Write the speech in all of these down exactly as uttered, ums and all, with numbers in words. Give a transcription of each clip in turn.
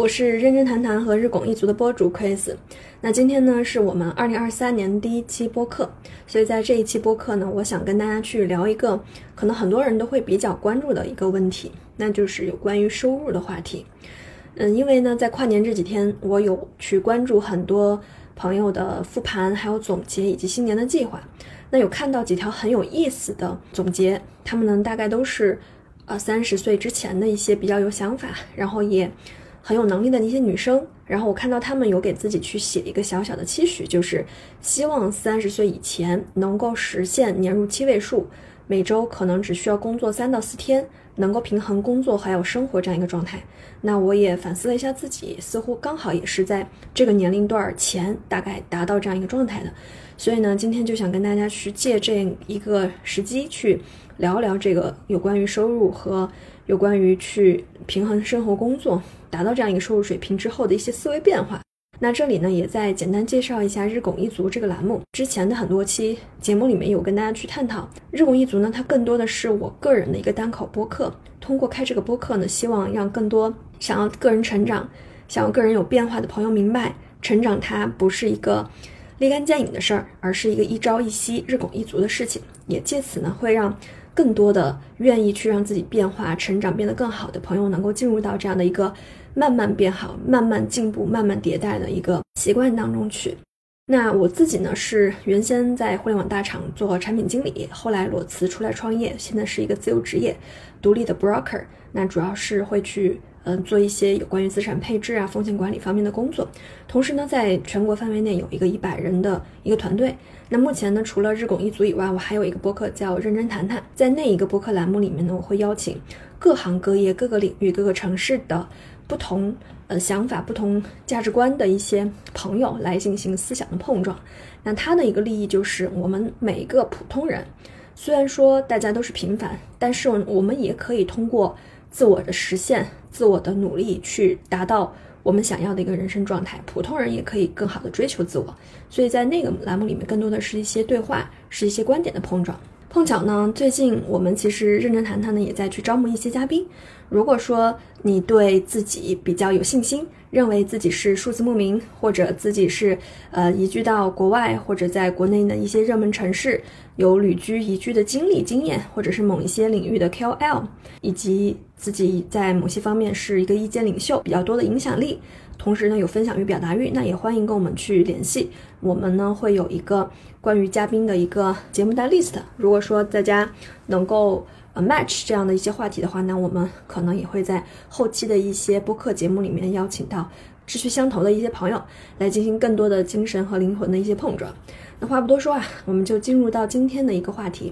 我是认真谈谈和日拱一卒的播主 Chris。那今天呢是我们二零二三年第一期播客，所以在这一期播客呢，我想跟大家去聊一个可能很多人都会比较关注的一个问题，那就是有关于收入的话题。嗯，因为呢在跨年这几天，我有去关注很多朋友的复盘，还有总结以及新年的计划。那有看到几条很有意思的总结，他们呢大概都是呃三十岁之前的一些比较有想法，然后也很有能力的一些女生，然后我看到他们有给自己去写一个小小的期许，就是希望三十岁以前能够实现年入七位数，每周可能只需要工作三到四天，能够平衡工作还有生活这样一个状态。那我也反思了一下自己，似乎刚好也是在这个年龄段前大概达到这样一个状态的。所以呢，今天就想跟大家去借这一个时机去聊聊这个有关于收入和有关于去平衡生活工作，达到这样一个收入水平之后的一些思维变化。那这里呢也再简单介绍一下日拱一卒这个栏目。之前的很多期节目里面有跟大家去探讨，日拱一卒呢它更多的是我个人的一个单口播客，通过开这个播客呢，希望让更多想要个人成长、想要个人有变化的朋友明白，成长它不是一个立竿见影的事儿，而是一个一朝一夕、日拱一卒的事情。也借此呢会让更多的愿意去让自己变化、成长、变得更好的朋友能够进入到这样的一个慢慢变好、慢慢进步、慢慢迭代的一个习惯当中去。那我自己呢是原先在互联网大厂做产品经理，后来裸辞出来创业，现在是一个自由职业独立的 broker。 那主要是会去嗯、呃、做一些有关于资产配置啊、风险管理方面的工作。同时呢在全国范围内有一个一百人的一个团队。那目前呢除了日拱一卒以外，我还有一个播客叫认真谈谈，在那一个播客栏目里面呢，我会邀请各行各业、各个领域、各个城市的不同呃想法、不同价值观的一些朋友来进行思想的碰撞。那它的一个利益就是我们每一个普通人，虽然说大家都是平凡，但是我们也可以通过自我的实现、自我的努力去达到我们想要的一个人生状态。普通人也可以更好的追求自我，所以在那个栏目里面更多的是一些对话，是一些观点的碰撞。碰巧呢最近我们其实认真谈谈呢也在去招募一些嘉宾。如果说你对自己比较有信心，认为自己是数字牧民，或者自己是呃移居到国外，或者在国内的一些热门城市有旅居移居的经历经验，或者是某一些领域的 K O L， 以及自己在某些方面是一个意见领袖，比较多的影响力，同时呢有分享欲、表达欲，那也欢迎跟我们去联系。我们呢会有一个关于嘉宾的一个节目单 list， 如果说大家能够呃 match 这样的一些话题的话，那我们可能也会在后期的一些播客节目里面邀请到志趣相投的一些朋友来进行更多的精神和灵魂的一些碰撞。那话不多说啊，我们就进入到今天的一个话题。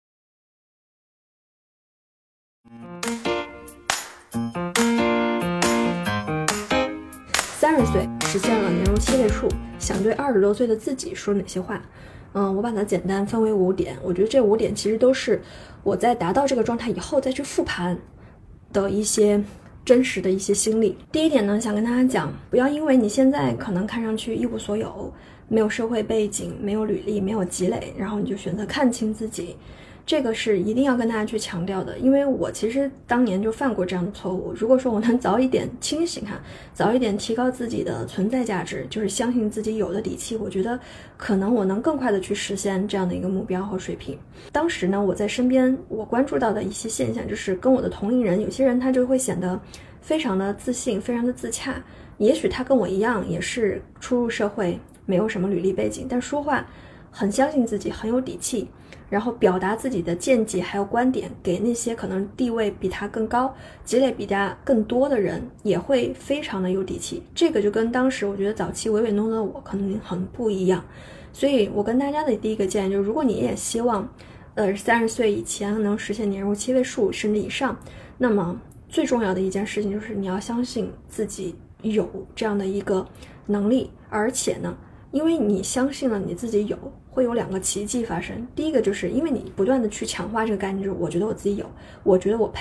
三十岁实现了年入七位数，想对二十多岁的自己说哪些话？嗯，我把它简单分为五点。我觉得这五点其实都是我在达到这个状态以后再去复盘的一些真实的一些心理。第一点呢，想跟大家讲，不要因为你现在可能看上去一无所有，没有社会背景，没有履历，没有积累，然后你就选择看清自己。这个是一定要跟大家去强调的，因为我其实当年就犯过这样的错误。如果说我能早一点清醒哈，早一点提高自己的存在价值，就是相信自己有的底气，我觉得可能我能更快的去实现这样的一个目标和水平。当时呢，我在身边我关注到的一些现象，就是跟我的同龄人，有些人他就会显得非常的自信，非常的自洽。也许他跟我一样，也是初入社会，没有什么履历背景，但说话很相信自己，很有底气，然后表达自己的见解还有观点给那些可能地位比他更高、积累比他更多的人，也会非常的有底气。这个就跟当时我觉得早期唯唯诺诺的我可能很不一样。所以我跟大家的第一个建议就是，如果你也希望呃三十岁以前能实现年入七位数甚至以上，那么最重要的一件事情就是你要相信自己有这样的一个能力。而且呢，因为你相信了你自己有，会有两个奇迹发生。第一个就是因为你不断的去强化这个概念，就是我觉得我自己有，我觉得我配，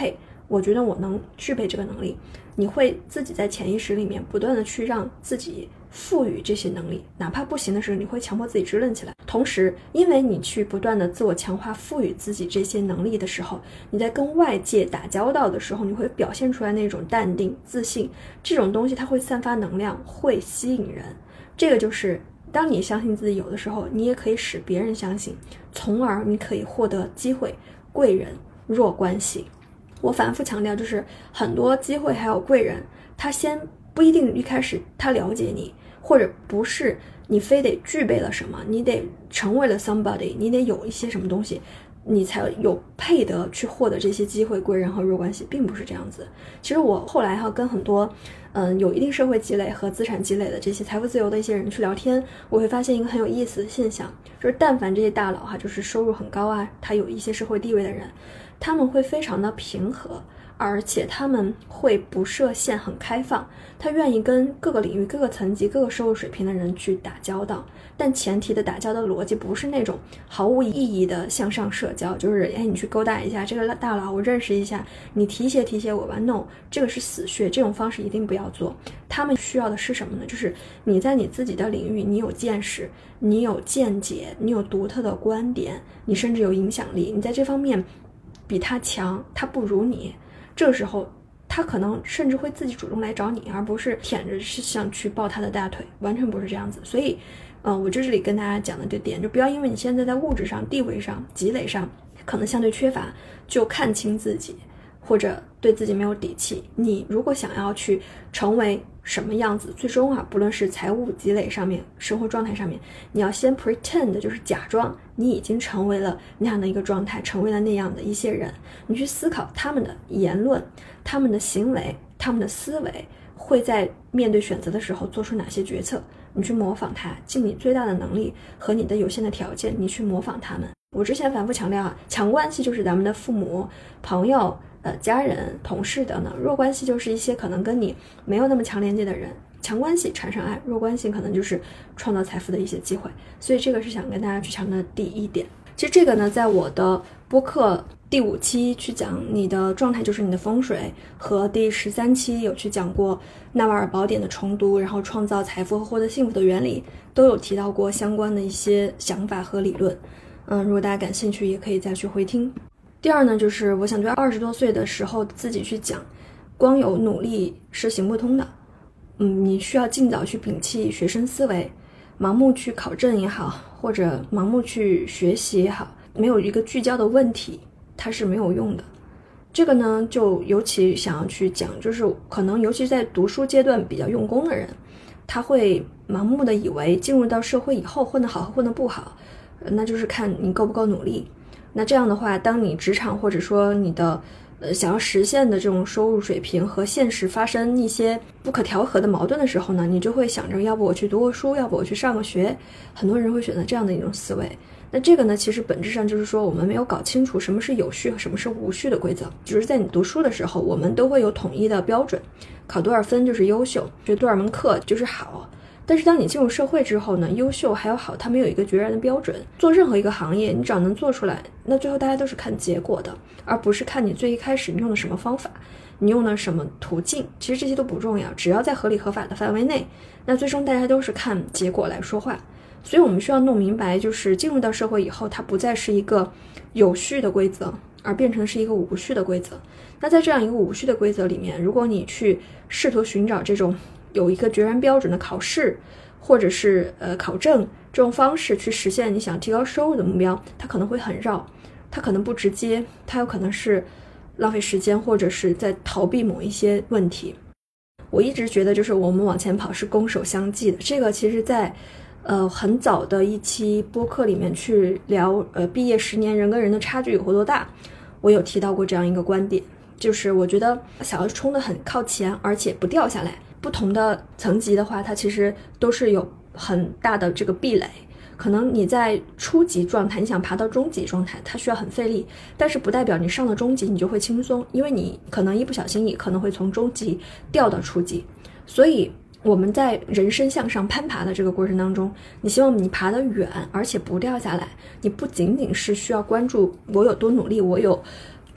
我觉得我能具备这个能力，你会自己在潜意识里面不断的去让自己赋予这些能力，哪怕不行的时候，你会强迫自己支棱起来。同时，因为你去不断的自我强化，赋予自己这些能力的时候，你在跟外界打交道的时候，你会表现出来那种淡定、自信，这种东西它会散发能量，会吸引人。这个就是当你相信自己有的时候，你也可以使别人相信，从而你可以获得机会、贵人、弱关系。我反复强调，就是很多机会还有贵人，他先不一定一开始他了解你，或者不是你非得具备了什么，你得成为了 somebody， 你得有一些什么东西，你才有配得去获得这些机会、贵人和弱关系，并不是这样子。其实我后来哈跟很多嗯有一定社会积累和资产积累的这些财富自由的一些人去聊天，我会发现一个很有意思的现象，就是但凡这些大佬哈，就是收入很高啊，他有一些社会地位的人，他们会非常的平和，而且他们会不设限，很开放，他愿意跟各个领域、各个层级、各个收入水平的人去打交道。但前提的打交道的逻辑不是那种毫无意义的向上社交，就是哎你去勾搭一下这个大佬，我认识一下，你提携提携我吧。 No， 这个是死穴，这种方式一定不要做。他们需要的是什么呢？就是你在你自己的领域，你有见识，你有见解，你有独特的观点，你甚至有影响力，你在这方面比他强，他不如你，这个时候他可能甚至会自己主动来找你，而不是舔着是想去抱他的大腿，完全不是这样子。所以呃，我这里跟大家讲的这点，就不要因为你现在在物质上、地位上、积累上可能相对缺乏，就看清自己，或者对自己没有底气。你如果想要去成为什么样子，最终啊，不论是财务积累上面、生活状态上面，你要先 pretend， 就是假装你已经成为了那样的一个状态，成为了那样的一些人，你去思考他们的言论、他们的行为、他们的思维会在面对选择的时候做出哪些决策，你去模仿他，尽你最大的能力和你的有限的条件，你去模仿他们。我之前反复强调啊，强关系就是咱们的父母、朋友、呃家人、同事等等，弱关系就是一些可能跟你没有那么强连接的人。强关系产生爱，弱关系可能就是创造财富的一些机会。所以这个是想跟大家去强调的第一点。其实这个呢，在我的播客第五期去讲你的状态就是你的风水，和第十三期有去讲过纳瓦尔宝典的重读，然后创造财富和获得幸福的原理，都有提到过相关的一些想法和理论。嗯，如果大家感兴趣，也可以再去回听。第二呢，就是我想对二十多岁的时候自己去讲，光有努力是行不通的。嗯，你需要尽早去摒弃学生思维，盲目去考证也好，或者盲目去学习也好，没有一个聚焦的问题，它是没有用的。这个呢，就尤其想要去讲，就是可能尤其在读书阶段比较用功的人，他会盲目的以为进入到社会以后混得好和混得不好，那就是看你够不够努力。那这样的话，当你职场或者说你的呃想要实现的这种收入水平和现实发生一些不可调和的矛盾的时候呢，你就会想着要不我去读个书，要不我去上个学，很多人会选择这样的一种思维。那这个呢，其实本质上就是说我们没有搞清楚什么是有序和什么是无序的规则。就是在你读书的时候，我们都会有统一的标准，考多少分就是优秀，学多少门课就是好。但是当你进入社会之后呢，优秀还有好，它没有一个决然的标准。做任何一个行业，你只要能做出来，那最后大家都是看结果的，而不是看你最一开始你用的什么方法，你用的什么途径，其实这些都不重要，只要在合理合法的范围内，那最终大家都是看结果来说话。所以我们需要弄明白，就是进入到社会以后，它不再是一个有序的规则，而变成是一个无序的规则。那在这样一个无序的规则里面，如果你去试图寻找这种有一个决然标准的考试，或者是呃考证这种方式去实现你想提高收入的目标，它可能会很绕，它可能不直接，它有可能是浪费时间，或者是在逃避某一些问题。我一直觉得就是我们往前跑是攻守相济的，这个其实在呃很早的一期播客里面去聊呃毕业十年人跟人的差距有多大，我有提到过这样一个观点，就是我觉得想要冲得很靠前而且不掉下来，不同的层级的话，它其实都是有很大的这个壁垒。可能你在初级状态，你想爬到中级状态，它需要很费力，但是不代表你上了中级你就会轻松，因为你可能一不小心也可能会从中级掉到初级。所以我们在人生向上攀爬的这个过程当中，你希望你爬得远而且不掉下来，你不仅仅是需要关注我有多努力，我有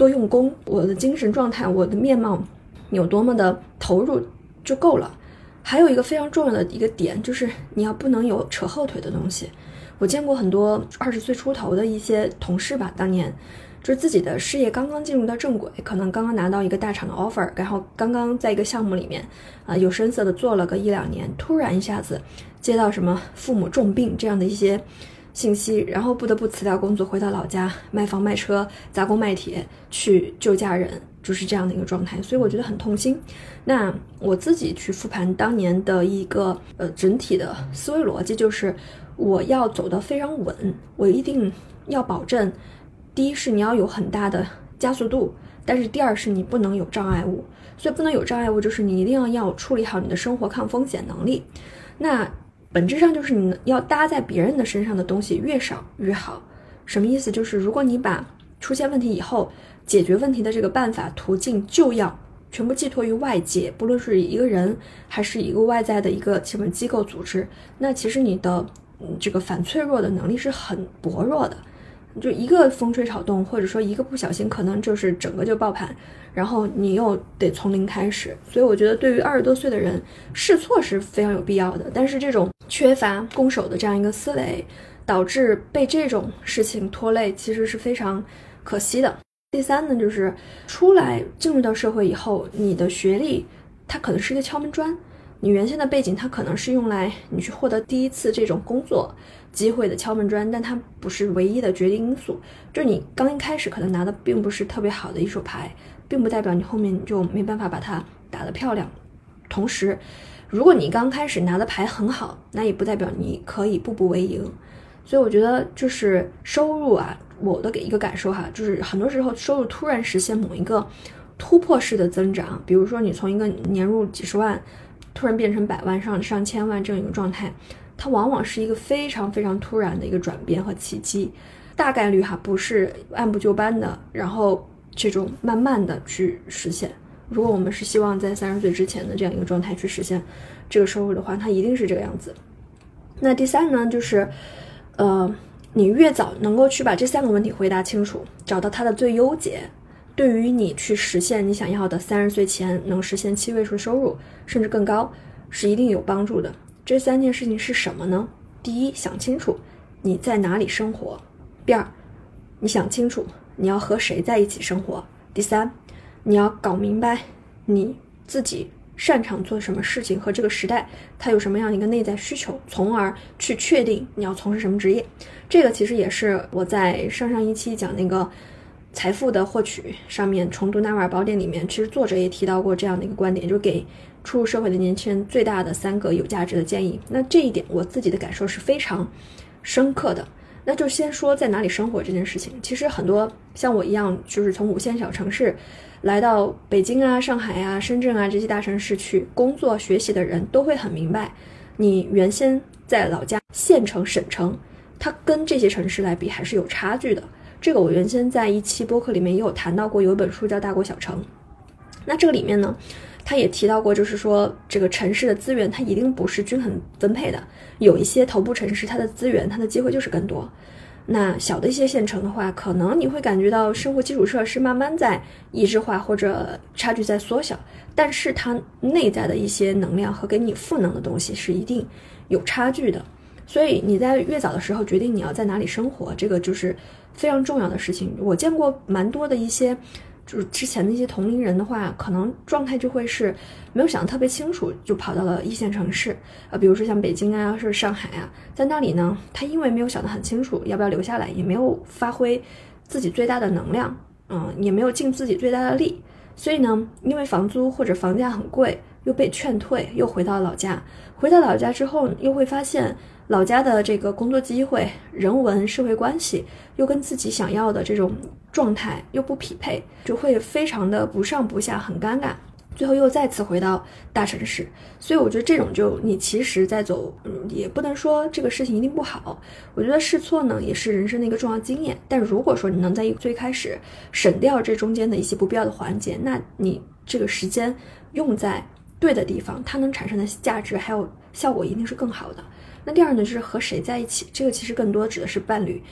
多用功，我的精神状态，我的面貌有多么的投入就够了。还有一个非常重要的一个点，就是你要不能有扯后腿的东西。我见过很多二十岁出头的一些同事吧，当年就是自己的事业刚刚进入到正轨，可能刚刚拿到一个大厂的 offer， 然后刚刚在一个项目里面啊、呃、有声色的做了个一两年，突然一下子接到什么父母重病这样的一些信息，然后不得不辞掉工作，回到老家卖房卖车砸锅卖铁去救家人，就是这样的一个状态，所以我觉得很痛心。那我自己去复盘当年的一个呃整体的思维逻辑，就是我要走得非常稳，我一定要保证，第一是你要有很大的加速度，但是第二是你不能有障碍物。所以不能有障碍物，就是你一定要要处理好你的生活抗风险能力。那本质上就是你要搭在别人的身上的东西越少越好。什么意思？就是如果你把出现问题以后解决问题的这个办法途径就要全部寄托于外界，不论是一个人还是一个外在的一个什么机构组织，那其实你的、嗯、这个反脆弱的能力是很薄弱的。就一个风吹草动，或者说一个不小心，可能就是整个就爆盘，然后你又得从零开始。所以我觉得对于二十多岁的人，试错是非常有必要的，但是这种缺乏攻守的这样一个思维，导致被这种事情拖累，其实是非常可惜的。第三呢，就是出来进入到社会以后，你的学历它可能是一个敲门砖，你原先的背景它可能是用来你去获得第一次这种工作机会的敲门砖，但它不是唯一的决定因素。就你刚一开始可能拿的并不是特别好的一手牌，并不代表你后面你就没办法把它打得漂亮。同时如果你刚开始拿的牌很好，那也不代表你可以步步为营。所以我觉得就是收入啊，我的一个感受哈，就是很多时候收入突然实现某一个突破式的增长，比如说你从一个年入几十万突然变成百万上上千万这样一个状态，它往往是一个非常非常突然的一个转变和契机，大概率哈不是按部就班的，然后这种慢慢的去实现。如果我们是希望在三十岁之前的这样一个状态去实现这个收入的话，它一定是这个样子。那第三呢，就是呃，你越早能够去把这三个问题回答清楚，找到它的最优解，对于你去实现你想要的三十岁前能实现七位数收入甚至更高是一定有帮助的。这三件事情是什么呢？第一，想清楚你在哪里生活；第二，你想清楚你要和谁在一起生活；第三，你要搞明白你自己擅长做什么事情和这个时代它有什么样的一个内在需求，从而去确定你要从事什么职业。这个其实也是我在上上一期讲那个财富的获取上面重读纳瓦尔宝典里面，其实作者也提到过这样的一个观点，就是给初入社会的年轻人最大的三个有价值的建议。那这一点我自己的感受是非常深刻的。那就先说在哪里生活这件事情，其实很多像我一样就是从五线小城市来到北京啊、上海啊、深圳啊这些大城市去工作学习的人都会很明白，你原先在老家县城省城，它跟这些城市来比还是有差距的。这个我原先在一期播客里面也有谈到过，有一本书叫《大国小城》。那这个里面呢，他也提到过，就是说这个城市的资源它一定不是均衡分配的，有一些头部城市它的资源它的机会就是更多。那小的一些县城的话，可能你会感觉到生活基础设施慢慢在一致化或者差距在缩小，但是它内在的一些能量和给你赋能的东西是一定有差距的。所以你在越早的时候决定你要在哪里生活，这个就是非常重要的事情。我见过蛮多的一些就是之前的一些同龄人的话，可能状态就会是没有想得特别清楚，就跑到了一线城市，呃，比如说像北京啊，是上海啊，在那里呢，他因为没有想得很清楚要不要留下来，也没有发挥自己最大的能量，嗯，也没有尽自己最大的力，所以呢，因为房租或者房价很贵，又被劝退，又回到老家。回到老家之后，又会发现老家的这个工作机会、人文、社会关系又跟自己想要的这种状态又不匹配，就会非常的不上不下，很尴尬。最后又再次回到大城市，所以我觉得这种就你其实在走，嗯，也不能说这个事情一定不好。我觉得试错呢也是人生的一个重要经验，但如果说你能在最开始省掉这中间的一些不必要的环节，那你这个时间用在对的地方，它能产生的价值还有效果一定是更好的。那第二呢，就是和谁在一起，这个其实更多指的是伴侣。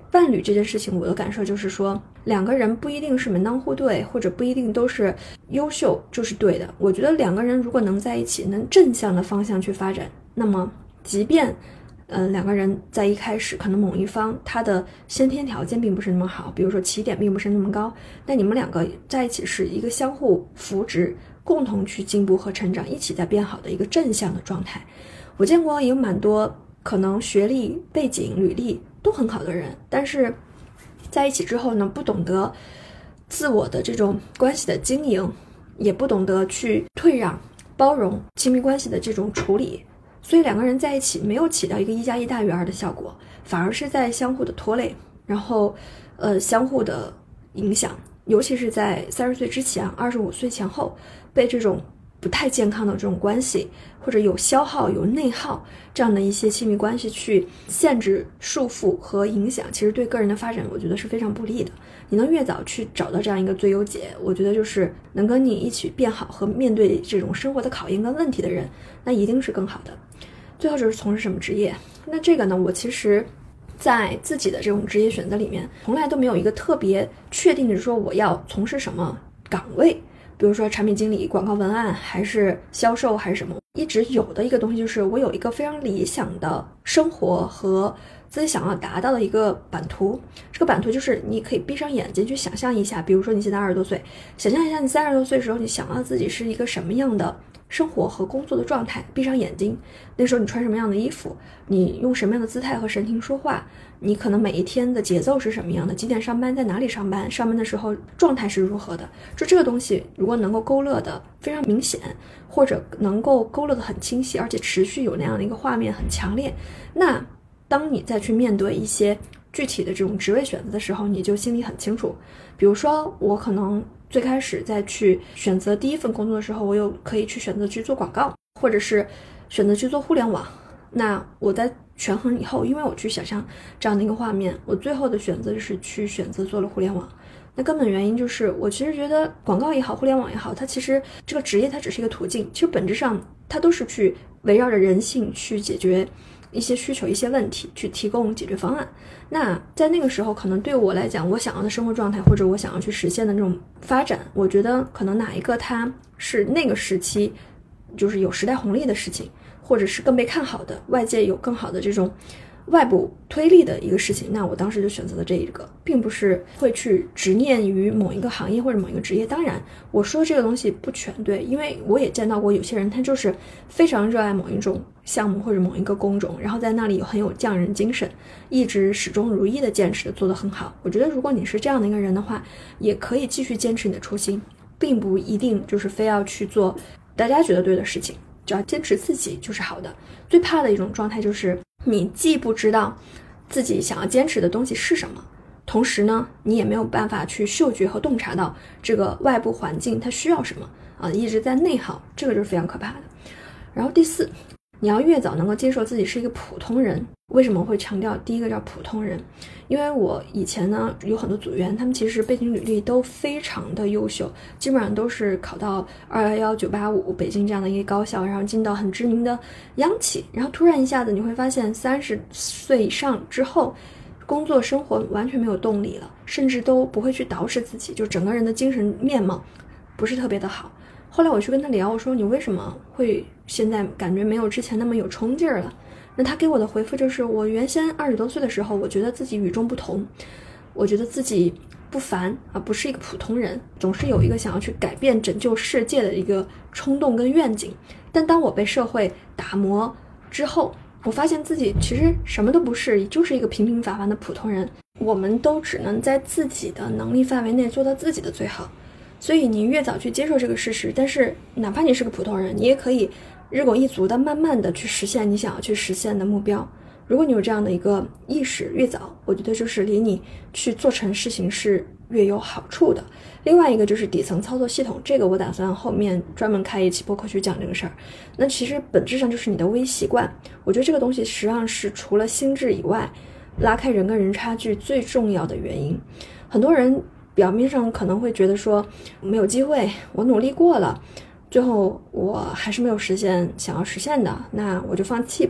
伴侣这件事情，我的感受就是说，两个人不一定是门当户对，或者不一定都是优秀就是对的。我觉得两个人如果能在一起，能正向的方向去发展，那么即便呃，两个人在一开始可能某一方他的先天条件并不是那么好，比如说起点并不是那么高，但你们两个在一起是一个相互扶植，共同去进步和成长，一起在变好的一个正向的状态。我见过也有蛮多可能学历背景履历都很好的人，但是在一起之后呢，不懂得自我的这种关系的经营，也不懂得去退让包容亲密关系的这种处理，所以两个人在一起没有起到一个一加一大于二的效果，反而是在相互的拖累，然后呃相互的影响，尤其是在三十岁之前二十五岁前后，被这种不太健康的这种关系，或者有消耗有内耗这样的一些亲密关系去限制束缚和影响，其实对个人的发展我觉得是非常不利的。你能越早去找到这样一个最优解，我觉得就是能跟你一起变好和面对这种生活的考验跟问题的人，那一定是更好的。最后就是从事什么职业，那这个呢，我其实在自己的这种职业选择里面从来都没有一个特别确定的说我要从事什么岗位，比如说产品经理、广告文案，还是销售，还是什么。一直有的一个东西就是我有一个非常理想的生活和自己想要达到的一个版图。这个版图就是你可以闭上眼睛去想象一下，比如说你现在二十多岁，想象一下你三十多岁的时候，你想要自己是一个什么样的生活和工作的状态，闭上眼睛，那时候你穿什么样的衣服，你用什么样的姿态和神情说话，你可能每一天的节奏是什么样的，几点上班，在哪里上班，上班的时候状态是如何的。就这个东西如果能够勾勒的非常明显，或者能够勾勒的很清晰，而且持续有那样的一个画面很强烈，那当你再去面对一些具体的这种职位选择的时候，你就心里很清楚。比如说我可能最开始在去选择第一份工作的时候，我有可以去选择去做广告，或者是选择去做互联网。那我在权衡以后，因为我去想象这样的一个画面，我最后的选择是去选择做了互联网。那根本原因就是我其实觉得广告也好，互联网也好，它其实这个职业它只是一个途径，其实本质上它都是去围绕着人性去解决一些需求一些问题，去提供解决方案。那在那个时候可能对我来讲，我想要的生活状态或者我想要去实现的那种发展，我觉得可能哪一个它是那个时期就是有时代红利的事情，或者是更被看好的，外界有更好的这种外部推力的一个事情，那我当时就选择了这一个，并不是会去执念于某一个行业或者某一个职业。当然我说这个东西不全对，因为我也见到过有些人他就是非常热爱某一种项目或者某一个工种，然后在那里很有匠人精神，一直始终如一的坚持的做得很好。我觉得如果你是这样的一个人的话，也可以继续坚持你的初心，并不一定就是非要去做大家觉得对的事情，只要坚持自己就是好的。最怕的一种状态就是你既不知道自己想要坚持的东西是什么，同时呢你也没有办法去嗅觉和洞察到这个外部环境它需要什么啊，一直在内耗，这个就是非常可怕的。然后第四，你要越早能够接受自己是一个普通人。为什么会强调第一个叫普通人？因为我以前呢有很多组员，他们其实背景履历都非常的优秀，基本上都是考到二一一、九八五北京这样的一个高校，然后进到很知名的央企，然后突然一下子你会发现三十岁以上之后，工作生活完全没有动力了，甚至都不会去捯饬自己，就整个人的精神面貌不是特别的好。后来我去跟他聊，我说你为什么会现在感觉没有之前那么有冲劲儿了？那他给我的回复就是，我原先二十多岁的时候，我觉得自己与众不同，我觉得自己不凡啊，不是一个普通人，总是有一个想要去改变拯救世界的一个冲动跟愿景。但当我被社会打磨之后，我发现自己其实什么都不是，就是一个平平凡凡的普通人。我们都只能在自己的能力范围内做到自己的最好。所以你越早去接受这个事实，但是哪怕你是个普通人，你也可以日拱一卒的慢慢的去实现你想要去实现的目标。如果你有这样的一个意识，越早我觉得就是离你去做成事情是越有好处的。另外一个就是底层操作系统，这个我打算后面专门开一期播客去讲这个事儿。那其实本质上就是你的微习惯，我觉得这个东西实际上是除了心智以外，拉开人跟人差距最重要的原因。很多人表面上可能会觉得说没有机会，我努力过了，最后我还是没有实现想要实现的，那我就放弃吧。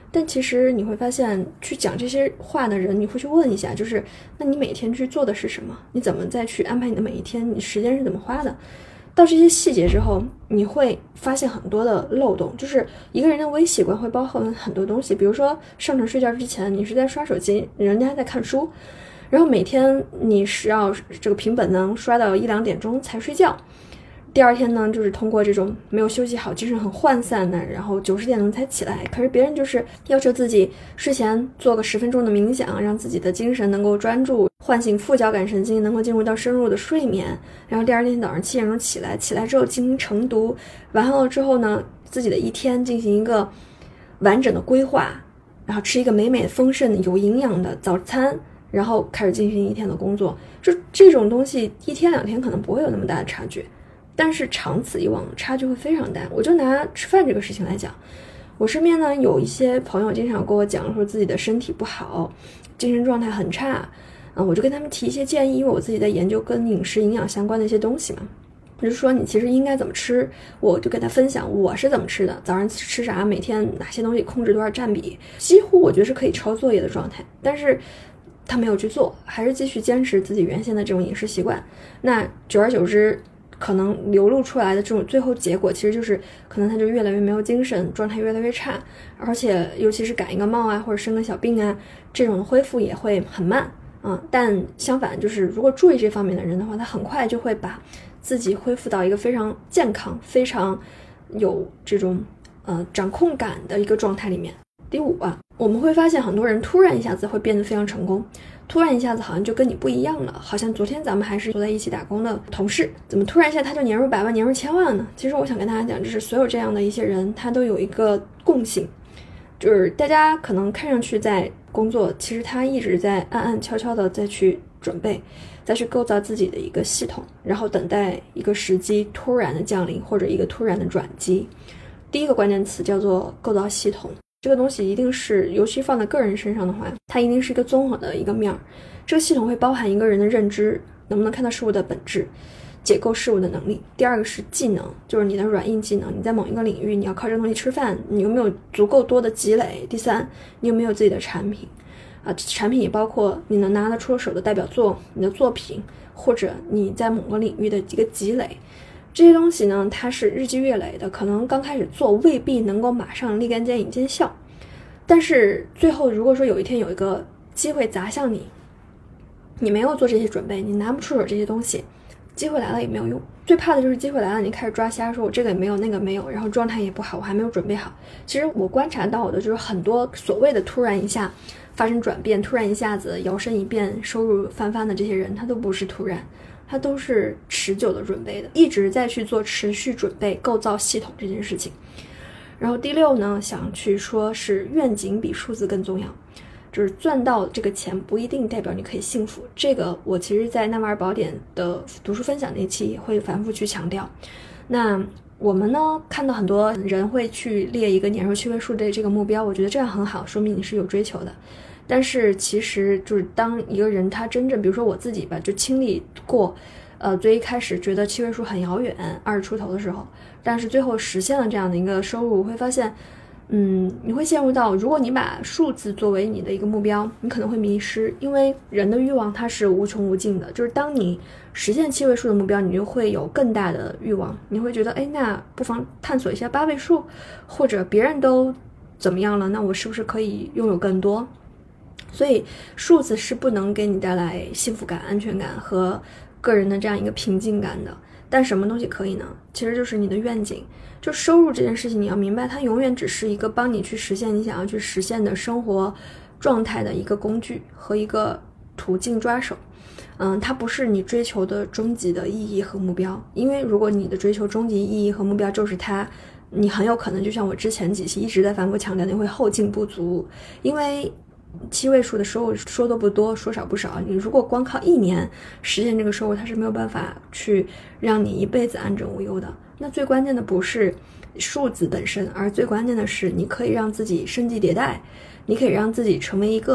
但其实你会发现，去讲这些话的人，你会去问一下，就是那你每天去做的是什么？你怎么再去安排你的每一天？你时间是怎么花的？到这些细节之后，你会发现很多的漏洞，就是一个人的微习惯会包含很多东西。比如说上床睡觉之前，你是在刷手机，人家在看书，然后每天你是要这个凭本能刷到一两点钟才睡觉。第二天呢，就是通过这种没有休息好，精神很涣散的，然后九十点钟才起来。可是别人就是要求自己睡前做个十分钟的冥想，让自己的精神能够专注，唤醒副交感神经，能够进入到深入的睡眠。然后第二天早上七点钟起来，起来之后进行晨读，完了之后呢，自己的一天进行一个完整的规划，然后吃一个美美丰盛的有营养的早餐，然后开始进行一天的工作。就这种东西，一天两天可能不会有那么大的差距。但是长此以往，差距会非常大。我就拿吃饭这个事情来讲，我身边呢有一些朋友经常跟我讲说自己的身体不好，精神状态很差，啊、呃，我就跟他们提一些建议，因为我自己在研究跟饮食营养相关的一些东西嘛。就是说你其实应该怎么吃，我就给他分享我是怎么吃的，早上吃啥，每天哪些东西控制多少占比，几乎我觉得是可以抄作业的状态。但是他没有去做，还是继续坚持自己原先的这种饮食习惯，那久而久之可能流露出来的这种最后结果，其实就是可能他就越来越没有精神，状态越来越差，而且尤其是感一个冒啊，或者生个小病啊，这种恢复也会很慢啊、嗯。但相反，就是如果注意这方面的人的话，他很快就会把自己恢复到一个非常健康、非常有这种呃掌控感的一个状态里面。第五啊，我们会发现很多人突然一下子会变得非常成功，突然一下子好像就跟你不一样了，好像昨天咱们还是坐在一起打工的同事，怎么突然一下他就年入百万、年入千万呢？其实我想跟大家讲，就是所有这样的一些人，他都有一个共性，就是大家可能看上去在工作，其实他一直在暗暗悄悄的再去准备，再去构造自己的一个系统，然后等待一个时机突然的降临，或者一个突然的转机。第一个关键词叫做构造系统。这个东西一定是，尤其放在个人身上的话，它一定是一个综合的一个面儿。这个系统会包含一个人的认知，能不能看到事物的本质，解构事物的能力。第二个是技能，就是你的软硬技能，你在某一个领域你要靠这个东西吃饭，你有没有足够多的积累。第三，你有没有自己的产品啊？产品也包括你能拿得出手的代表作，你的作品，或者你在某个领域的一个积累。这些东西呢，它是日积月累的，可能刚开始做未必能够马上立竿见影见效，但是最后如果说有一天有一个机会砸向你，你没有做这些准备，你拿不出手这些东西，机会来了也没有用。最怕的就是机会来了，你开始抓瞎，说我这个也没有那个没有，然后状态也不好，我还没有准备好。其实我观察到的就是很多所谓的突然一下发生转变，突然一下子摇身一变收入翻番的这些人，他都不是突然，他都是持久的准备的，一直在去做持续准备构造系统这件事情。然后第六呢，想去说是愿景比数字更重要，就是赚到这个钱不一定代表你可以幸福。这个我其实在纳瓦尔宝典的读书分享那期也会反复去强调。那我们呢看到很多人会去列一个年入七位数的这个目标，我觉得这样很好，说明你是有追求的。但是其实就是当一个人他真正，比如说我自己吧，就经历过呃最一开始觉得七位数很遥远，二十出头的时候，但是最后实现了这样的一个收入，我会发现嗯，你会陷入到，如果你把数字作为你的一个目标，你可能会迷失，因为人的欲望它是无穷无尽的，就是当你实现七位数的目标，你就会有更大的欲望，你会觉得哎，那不妨探索一下八位数，或者别人都怎么样了，那我是不是可以拥有更多？所以数字是不能给你带来幸福感、安全感和个人的这样一个平静感的。但什么东西可以呢？其实就是你的愿景。就收入这件事情，你要明白它永远只是一个帮你去实现你想要去实现的生活状态的一个工具和一个途径抓手。嗯，它不是你追求的终极的意义和目标。因为如果你的追求终极意义和目标就是它，你很有可能就像我之前几期一直在反复强调，你会后劲不足。因为七位数的收入说多不多，说少不少，你如果光靠一年实现这个收入，它是没有办法去让你一辈子安枕无忧的。那最关键的不是数字本身，而最关键的是你可以让自己升级迭代，你可以让自己成为一个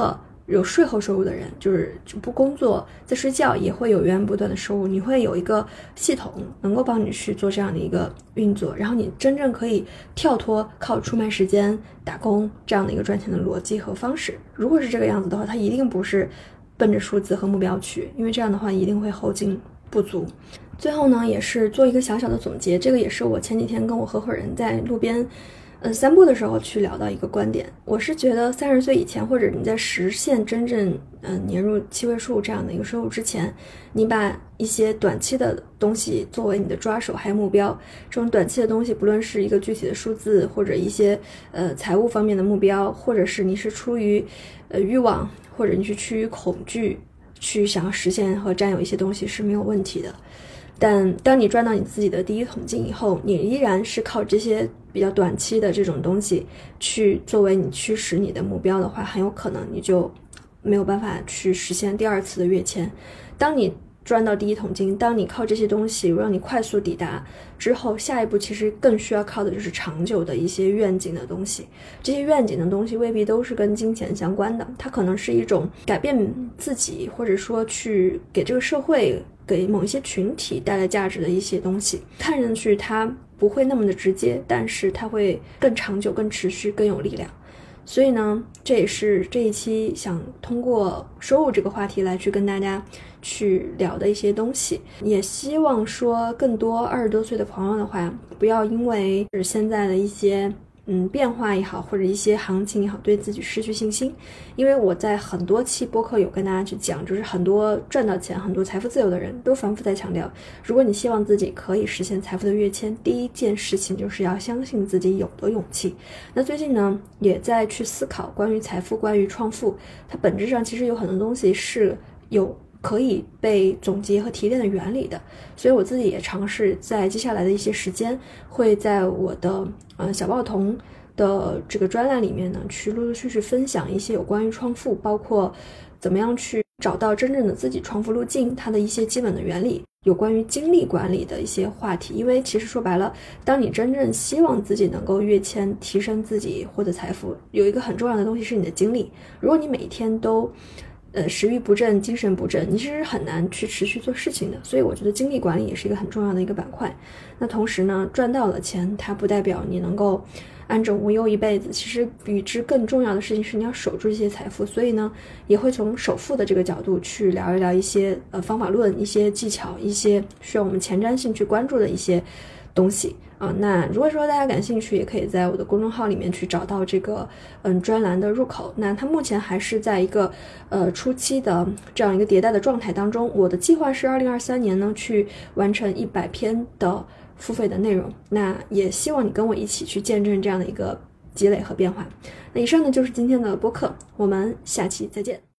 有税后收入的人，就是不工作在睡觉也会有源源不断的收入，你会有一个系统能够帮你去做这样的一个运作，然后你真正可以跳脱靠出卖时间打工这样的一个赚钱的逻辑和方式。如果是这个样子的话，它一定不是奔着数字和目标去，因为这样的话一定会后劲不足。最后呢，也是做一个小小的总结，这个也是我前几天跟我合伙人在路边呃，散步的时候去聊到一个观点，我是觉得三十岁以前，或者你在实现真正嗯、呃、年入七位数这样的一个收入之前，你把一些短期的东西作为你的抓手还有目标，这种短期的东西不论是一个具体的数字，或者一些呃财务方面的目标，或者是你是出于呃欲望，或者你是出于恐惧去想要实现和占有一些东西是没有问题的。但当你赚到你自己的第一桶金以后，你依然是靠这些比较短期的这种东西去作为你驱使你的目标的话，很有可能你就没有办法去实现第二次的跃迁。当你赚到第一桶金，当你靠这些东西让你快速抵达之后，下一步其实更需要靠的就是长久的一些愿景的东西。这些愿景的东西未必都是跟金钱相关的，它可能是一种改变自己，或者说去给这个社会给某一些群体带来价值的一些东西。看上去它不会那么的直接，但是它会更长久、更持续、更有力量。所以呢，这也是这一期想通过收入这个话题来去跟大家去聊的一些东西。也希望说更多二十多岁的朋友的话，不要因为现在的一些嗯变化也好，或者一些行情也好，对自己失去信心。因为我在很多期播客有跟大家去讲，就是很多赚到钱、很多财富自由的人都反复在强调，如果你希望自己可以实现财富的跃迁，第一件事情就是要相信自己有的勇气。那最近呢，也在去思考关于财富、关于创富，它本质上其实有很多东西是有可以被总结和提炼的原理的，所以我自己也尝试在接下来的一些时间，会在我的呃小报童的这个专栏里面呢，去陆陆续续分享一些有关于创富，包括怎么样去找到真正的自己创富路径，它的一些基本的原理，有关于精力管理的一些话题。因为其实说白了，当你真正希望自己能够跃迁、提升自己、获得财富，有一个很重要的东西是你的精力。如果你每天都呃，食欲不振，精神不振，你其实很难去持续做事情的。所以我觉得精力管理也是一个很重要的一个板块。那同时呢，赚到了钱，它不代表你能够安枕无忧一辈子。其实与之更重要的事情是你要守住这些财富。所以呢，也会从首富的这个角度去聊一聊一些呃方法论、一些技巧、一些需要我们前瞻性去关注的一些东西啊。那如果说大家感兴趣，也可以在我的公众号里面去找到这个嗯专栏的入口。那它目前还是在一个呃初期的这样一个迭代的状态当中。我的计划是二零二三年呢去完成一百篇的付费的内容。那也希望你跟我一起去见证这样的一个积累和变化。那以上呢就是今天的播客，我们下期再见。